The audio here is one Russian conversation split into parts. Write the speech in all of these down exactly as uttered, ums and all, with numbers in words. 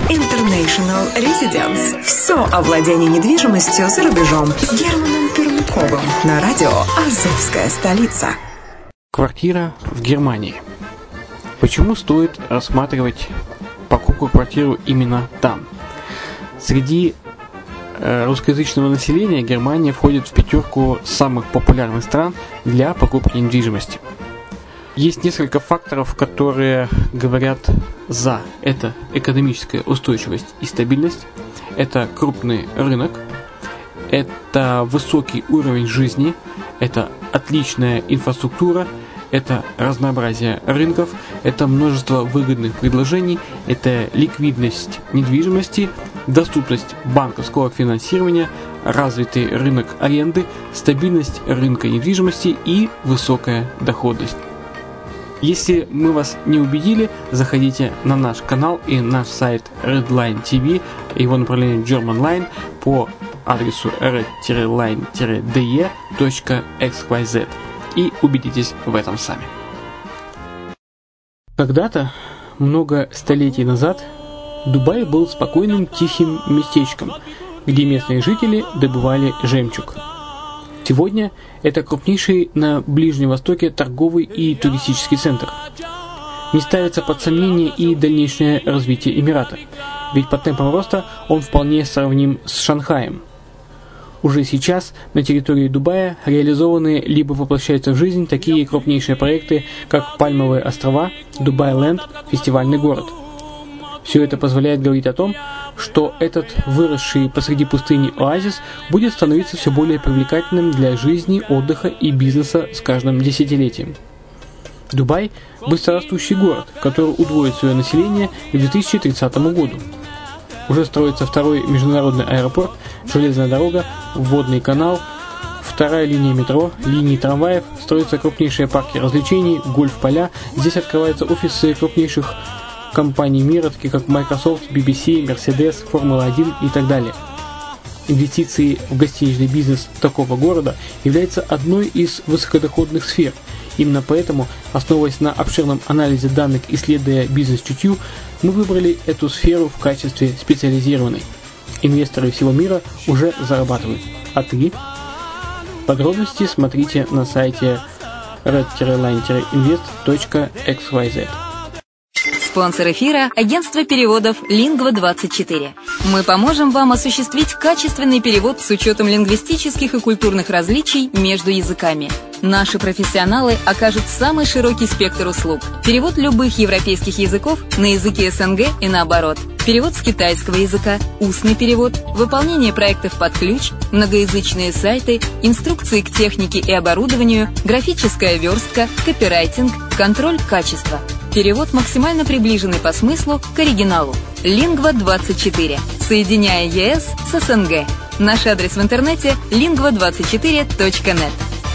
International Residence. Все о владении недвижимостью за рубежом с Германом Пермяковым на радио «Азовская столица». Квартира в Германии. Почему стоит рассматривать покупку квартиры именно там? Среди э, русскоязычного населения Германия входит в пятерку самых популярных стран для покупки недвижимости. Есть несколько факторов, которые говорят за. Это экономическая устойчивость и стабильность, это крупный рынок, это высокий уровень жизни, это отличная инфраструктура, это разнообразие рынков, это множество выгодных предложений, это ликвидность недвижимости, доступность банковского финансирования, развитый рынок аренды, стабильность рынка недвижимости и высокая доходность. Если мы вас не убедили, заходите на наш канал и наш сайт Redline ти ви, его направление Germanline по адресу red line d e точка x y z и убедитесь в этом сами. Когда-то, много столетий назад, Дубай был спокойным тихим местечком, где местные жители добывали жемчуг. Сегодня это крупнейший на Ближнем Востоке торговый и туристический центр. Не ставится под сомнение и дальнейшее развитие Эмирата, ведь по темпам роста он вполне сравним с Шанхаем. Уже сейчас на территории Дубая реализованы либо воплощаются в жизнь такие крупнейшие проекты, как Пальмовые острова, Дубай-Ленд, фестивальный город. Все это позволяет говорить о том, что этот выросший посреди пустыни оазис будет становиться все более привлекательным для жизни, отдыха и бизнеса с каждым десятилетием. Дубай – быстрорастущий город, который удвоит свое население к две тысячи тридцатому году. Уже строится второй международный аэропорт, железная дорога, водный канал, вторая линия метро, линии трамваев, строятся крупнейшие парки развлечений, гольф-поля, здесь открываются офисы крупнейших компаний мира, таких как Microsoft, би би си, Mercedes, Формула один и так далее. Инвестиции в гостиничный бизнес такого города являются одной из высокодоходных сфер. Именно поэтому, основываясь на обширном анализе данных, исследуя бизнес-чутью, мы выбрали эту сферу в качестве специализированной. Инвесторы всего мира уже зарабатывают. А ты? Подробности смотрите на сайте red line invest точка x y z. Спонсор эфира – агентство переводов лингва двадцать четыре. Мы поможем вам осуществить качественный перевод с учетом лингвистических и культурных различий между языками. Наши профессионалы окажут самый широкий спектр услуг. Перевод любых европейских языков на языки эс эн гэ и наоборот. Перевод с китайского языка, устный перевод, выполнение проектов под ключ, многоязычные сайты, инструкции к технике и оборудованию, графическая верстка, копирайтинг, контроль качества. Перевод максимально приближенный по смыслу к оригиналу. лингва двадцать четыре. Соединяя е эс с эс эн гэ. Наш адрес в интернете лингва двадцать четыре точка нет.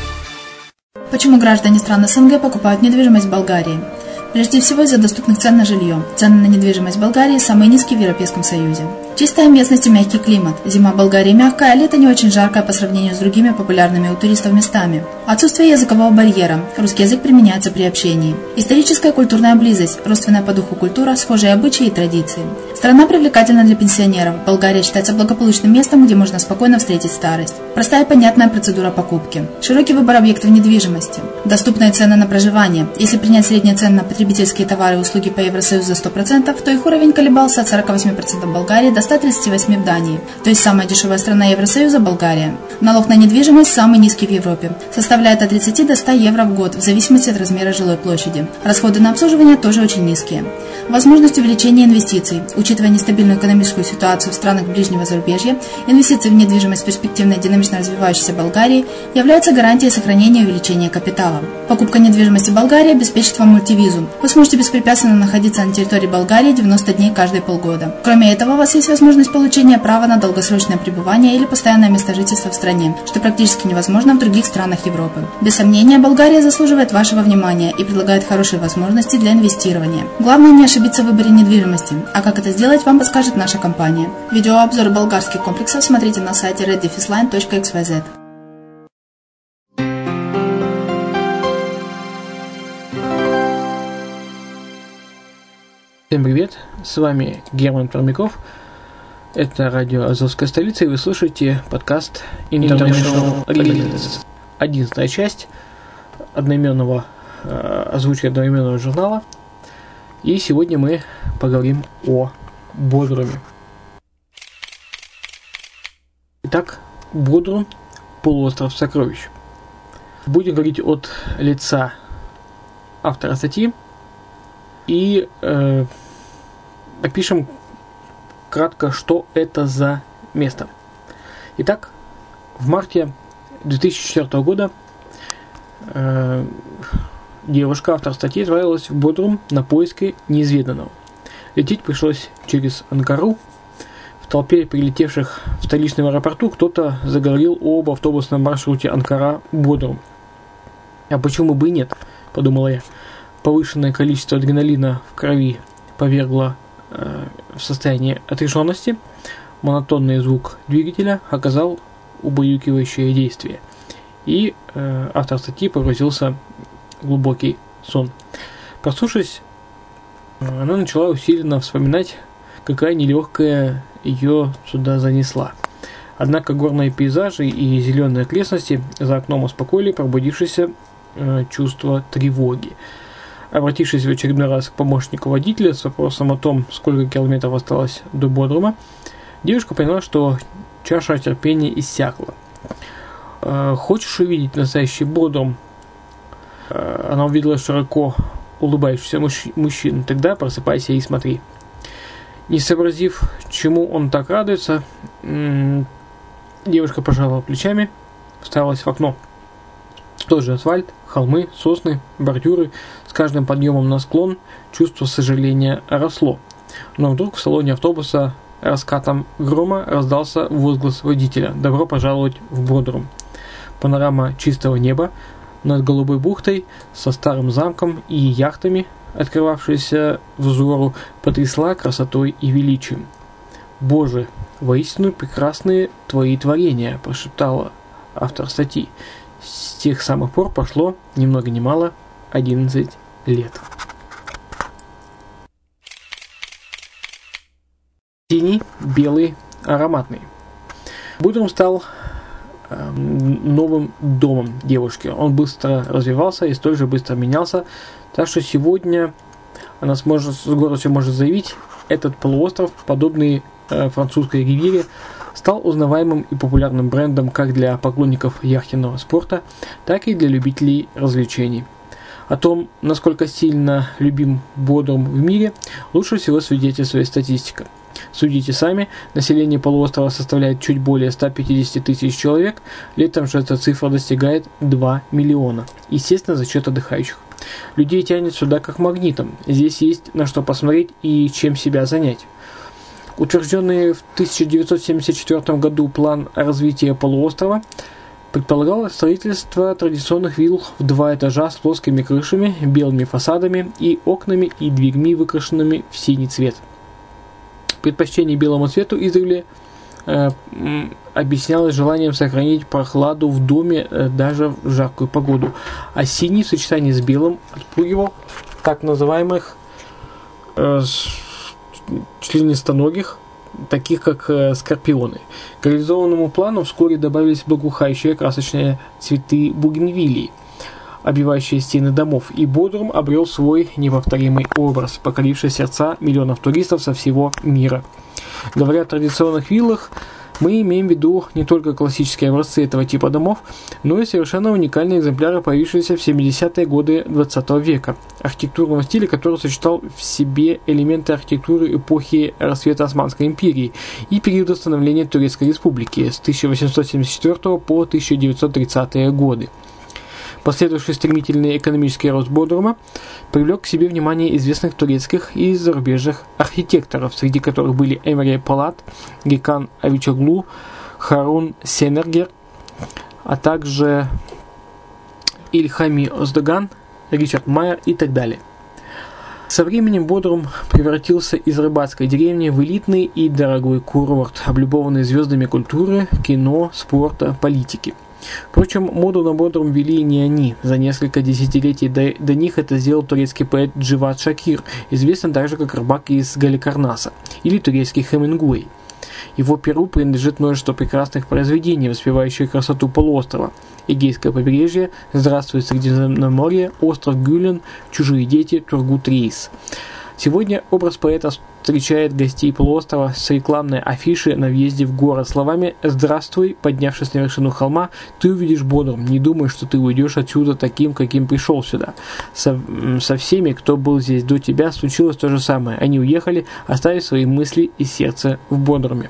Почему граждане стран эс эн гэ покупают недвижимость в Болгарии? Прежде всего из-за доступных цен на жилье. Цены на недвижимость в Болгарии самые низкие в Европейском Союзе. Чистая местность и мягкий климат. Зима в Болгарии мягкая, а лето не очень жаркое по сравнению с другими популярными у туристов местами. Отсутствие языкового барьера. Русский язык применяется при общении. Историческая и культурная близость. Родственная по духу культура, схожие обычаи и традиции. Страна привлекательна для пенсионеров. Болгария считается благополучным местом, где можно спокойно встретить старость. Простая и понятная процедура покупки. Широкий выбор объектов недвижимости. Доступные цены на проживание. Если принять средние цены на потребительские товары и услуги по Евросоюзу за сто процентов, то их уровень колебался от сорок восемь процентов в Болгарии до ста тридцати восьми процентов в Дании. То есть самая дешевая страна Евросоюза – Болгария. Налог на недвижимость самый низкий в Европе. Составляет от тридцати до ста евро в год, в зависимости от размера жилой площади. Расходы на обслуживание тоже очень низкие. Возможность увеличения инвестиций. Учитывая нестабильную экономическую ситуацию в странах ближнего зарубежья, инвестиции в недвижимость в перспективной динамично развивающейся Болгарии являются гарантией сохранения и увеличения капитала. Покупка недвижимости в Болгарии обеспечит вам мультивизу. Вы сможете беспрепятственно находиться на территории Болгарии девяносто дней каждые полгода. Кроме этого, у вас есть возможность получения права на долгосрочное пребывание или постоянное место жительства в стране, что практически невозможно в других странах Европы. Без сомнения, Болгария заслуживает вашего внимания и предлагает хорошие возможности для инвестирования. Главное не ошибиться в выборе недвижимости, а как это сделать, вам подскажет наша компания. Видеообзор болгарских комплексов смотрите на сайте red line точка x y z. Всем привет! С вами Герман Пермяков. Это радио «Азовская столица», и вы слушаете подкаст International Releases. Одиннадцатая часть одноименного, озвучки одноименного журнала. И сегодня мы поговорим о Бодруме. Итак, Бодрум – полуостров сокровищ. Будем говорить от лица автора статьи и э, опишем кратко, что это за место. Итак, в марте две тысячи четвёртого года э, девушка, автор статьи, отправилась в Бодрум на поиски неизведанного. Лететь пришлось через Анкару. В толпе прилетевших в столичном аэропорту кто-то заговорил об автобусном маршруте Анкара-Бодрум. А почему бы и нет, подумала я. Повышенное количество адреналина в крови повергло э, в состояние отрешенности. Монотонный звук двигателя оказал убаюкивающее действие. И э, автор статьи погрузился в глубокий сон. Проснувшись, она начала усиленно вспоминать, какая нелегкая ее сюда занесла. Однако горные пейзажи и зеленые окрестности за окном успокоили пробудившееся э, чувство тревоги. Обратившись в очередной раз к помощнику водителя с вопросом о том, сколько километров осталось до Бодрума, девушка поняла, что чаша терпения иссякла. Э, «Хочешь увидеть настоящий Бодрум?» э, Она увидела широко улыбающийся мужч- мужчину. «Тогда просыпайся и смотри». Не сообразив, чему он так радуется, м- девушка пожала плечами, вставилась в окно. Тот же асфальт, холмы, сосны, бордюры. С каждым подъемом на склон чувство сожаления росло. Но вдруг в салоне автобуса раскатом грома раздался возглас водителя: «Добро пожаловать в Бодрум». Панорама чистого неба над голубой бухтой со старым замком и яхтами, открывавшаяся взору, потрясла красотой и величием. «Боже, воистину прекрасные твои творения», – прошептала автор статьи. С тех самых пор прошло ни много ни мало одиннадцать лет. Синий, белый, ароматный. Бодрум стал э, новым домом девушки. Он быстро развивался и столь же быстро менялся, так что сегодня она сможет, с гордостью может заявить, этот полуостров, подобный э, французской ривьере, стал узнаваемым и популярным брендом как для поклонников яхтенного спорта, так и для любителей развлечений. О том, насколько сильно любим Бодрум в мире, лучше всего свидетельствует статистика. Судите сами, население полуострова составляет чуть более ста пятидесяти тысяч человек, летом же эта цифра достигает двух миллионов, естественно, за счет отдыхающих. Людей тянет сюда как магнитом, здесь есть на что посмотреть и чем себя занять. Утвержденный в тысяча девятьсот семьдесят четвёртом году план развития полуострова предполагал строительство традиционных вилл в два этажа с плоскими крышами, белыми фасадами и окнами и дверьми, выкрашенными в синий цвет. Предпочтение белому цвету издревле э, объяснялось желанием сохранить прохладу в доме э, даже в жаркую погоду, а синий в сочетании с белым отпугивал так называемых э, членистоногих, таких как э, скорпионы. К реализованному плану вскоре добавились благоухающие красочные цветы бугенвиллии, обвивающие стены домов, и Бодрум обрел свой неповторимый образ, покоривший сердца миллионов туристов со всего мира. Говоря о традиционных виллах, мы имеем в виду не только классические образцы этого типа домов, но и совершенно уникальные экземпляры, появившиеся в семидесятые годы двадцатого века, архитектурного стиля, который сочетал в себе элементы архитектуры эпохи расцвета Османской империи и периода становления Турецкой республики с тысяча восемьсот семьдесят четвёртого по тысяча девятьсот тридцатые годы. Последовавший стремительный экономический рост Бодрума привлек к себе внимание известных турецких и зарубежных архитекторов, среди которых были Эмре Полат, Гекан Авичоглу, Харун Сенергер, а также Ильхами Оздоган, Ричард Майер и так далее. Со временем Бодрум превратился из рыбацкой деревни в элитный и дорогой курорт, облюбованный звездами культуры, кино, спорта, политики. Впрочем, моду на бодрум вели не они. За несколько десятилетий до, до них это сделал турецкий поэт Дживат Шакир, известный также как рыбак из Галикарнаса, или турецкий Хемингуэй. Его перу принадлежит множество прекрасных произведений, воспевающих красоту полуострова. Эгейское побережье, Здравствуй, Средиземноморье, остров Гюлен, Чужие дети, Тургут Рейс. Сегодня образ поэта встречает гостей полуострова с рекламной афиши на въезде в город словами «Здравствуй, поднявшись на вершину холма, ты увидишь Бодрум, не думай, что ты уйдешь отсюда таким, каким пришел сюда. Со, со всеми, кто был здесь до тебя, случилось то же самое. Они уехали, оставив свои мысли и сердце в Бодруме».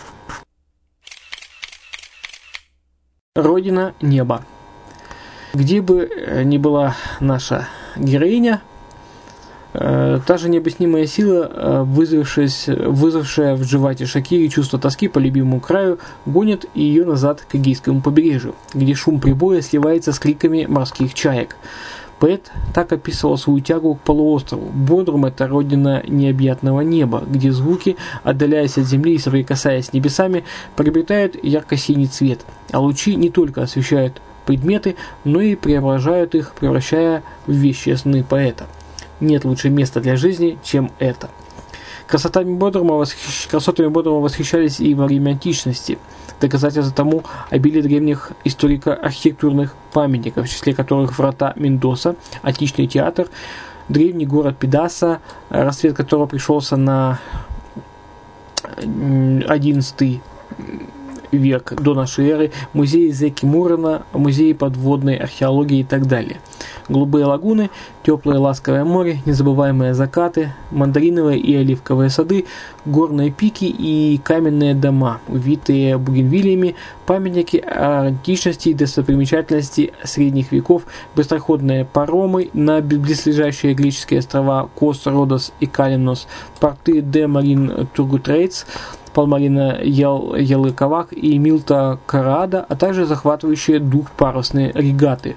Родина неба. Где бы ни была наша героиня, та же необъяснимая сила, вызвавшая в Дживате Шакире чувство тоски по любимому краю, гонит ее назад к Эгейскому побережью, где шум прибоя сливается с криками морских чаек. Поэт так описывал свою тягу к полуострову. Бодрум – это родина необъятного неба, где звуки, отдаляясь от земли и соприкасаясь с небесами, приобретают ярко-синий цвет, а лучи не только освещают предметы, но и преображают их, превращая в вещественные поэта. Нет лучше места для жизни, чем это. Красотами Бодрума, восхищ... Красотами Бодрума восхищались и во время античности. Доказательство тому обилие древних историко-архитектурных памятников, в числе которых врата Миндоса, античный театр, древний город Педаса, расцвет которого пришелся на одиннадцатый век до нашей эры, музеи Зеки Мурена, музеи подводной археологии и так далее. Голубые лагуны, теплое ласковое море, незабываемые закаты, мандариновые и оливковые сады, горные пики и каменные дома, увитые бугенвилиями, памятники античности и достопримечательности средних веков, быстроходные паромы на близлежащие греческие острова Кос, Родос и Калимнос, порты Де Марин Тургутрейц, Палмарина Ялыковак и Милта Караада, а также захватывающие дух парусные регаты,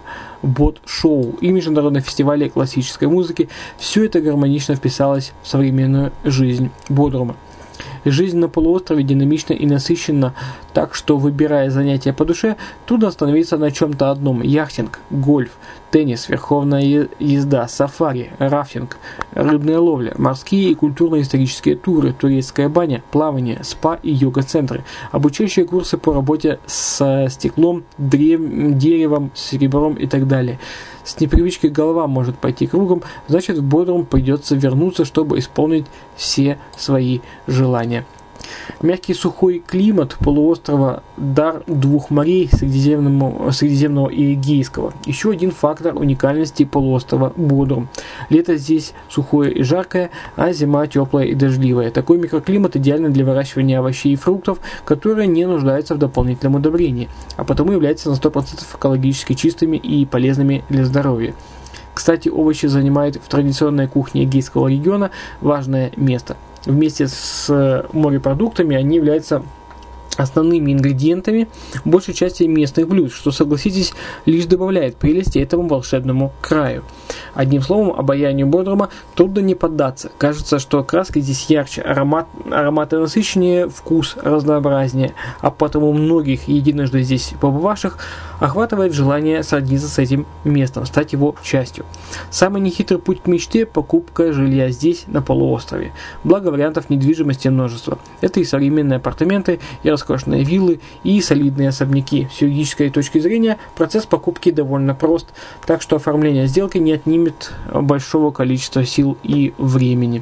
бот-шоу и международные фестивали классической музыки. Все это гармонично вписалось в современную жизнь Бодрума. Жизнь на полуострове динамична и насыщена, так что, выбирая занятия по душе, трудно остановиться на чем-то одном. Яхтинг, гольф, теннис, верховная езда, сафари, рафтинг, рыбная ловля, морские и культурно-исторические туры, турецкая баня, плавание, спа и йога-центры, обучающие курсы по работе с стеклом, древ... деревом, серебром и так далее. С непривычки голова может пойти кругом, значит в Бодрум придется вернуться, чтобы исполнить все свои желания. Мягкий сухой климат полуострова – дар двух морей, Средиземного, Средиземного и Эгейского. Еще один фактор уникальности полуострова Бодрум. Лето здесь сухое и жаркое, а зима теплая и дождливая. Такой микроклимат идеален для выращивания овощей и фруктов, которые не нуждаются в дополнительном удобрении, а потому являются на сто процентов экологически чистыми и полезными для здоровья. Кстати, овощи занимают в традиционной кухне Эгейского региона важное место. Вместе с морепродуктами они являются основными ингредиентами большей части местных блюд, что, согласитесь, лишь добавляет прелести этому волшебному краю. Одним словом, обаянию Бодрума трудно не поддаться. Кажется, что краски здесь ярче, аромат, ароматы насыщеннее, вкус разнообразнее, а потому многих, единожды здесь побывавших, охватывает желание сродниться с этим местом, стать его частью. Самый нехитрый путь к мечте – покупка жилья здесь, на полуострове. Благо вариантов недвижимости множество. Это и современные апартаменты, и роскошные виллы, и солидные особняки. С юридической точки зрения процесс покупки довольно прост, так что оформление сделки не отнимет большого количества сил и времени.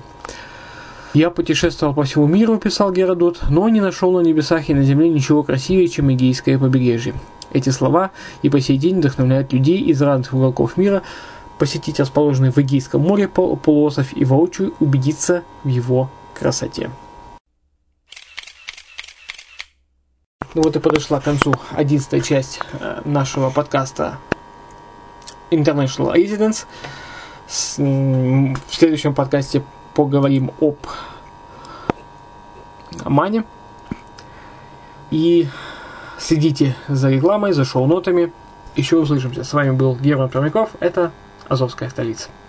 «Я путешествовал по всему миру», – писал Геродот, но не нашел на небесах и на земле ничего красивее, чем Эгейское побережье. Эти слова и по сей день вдохновляют людей из разных уголков мира посетить расположенный в Эгейском море полуостров и воочию убедиться в его красоте. Ну вот и подошла к концу одиннадцатая часть нашего подкаста International Residence. В следующем подкасте поговорим об Омане. И следите за рекламой, за шоу-нотами. Еще услышимся. С вами был Герман Пермяков. Это Азовская столица.